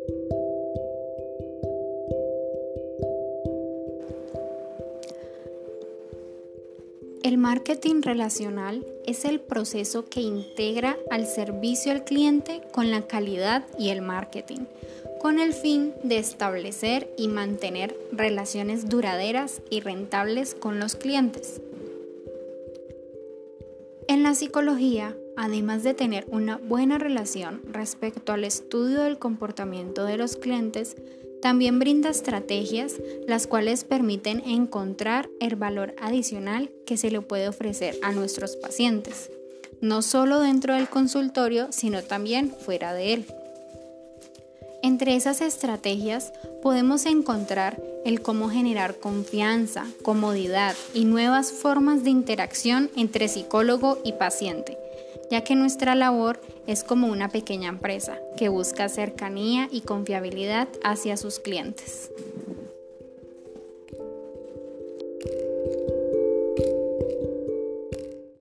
El marketing relacional es el proceso que integra al servicio al cliente con la calidad y el marketing, con el fin de establecer y mantener relaciones duraderas y rentables con los clientes. En la psicología, además de tener una buena relación respecto al estudio del comportamiento de los clientes, también brinda estrategias las cuales permiten encontrar el valor adicional que se le puede ofrecer a nuestros pacientes, no solo dentro del consultorio, sino también fuera de él. Entre esas estrategias podemos encontrar el cómo generar confianza, comodidad y nuevas formas de interacción entre psicólogo y paciente, ya que nuestra labor es como una pequeña empresa que busca cercanía y confiabilidad hacia sus clientes.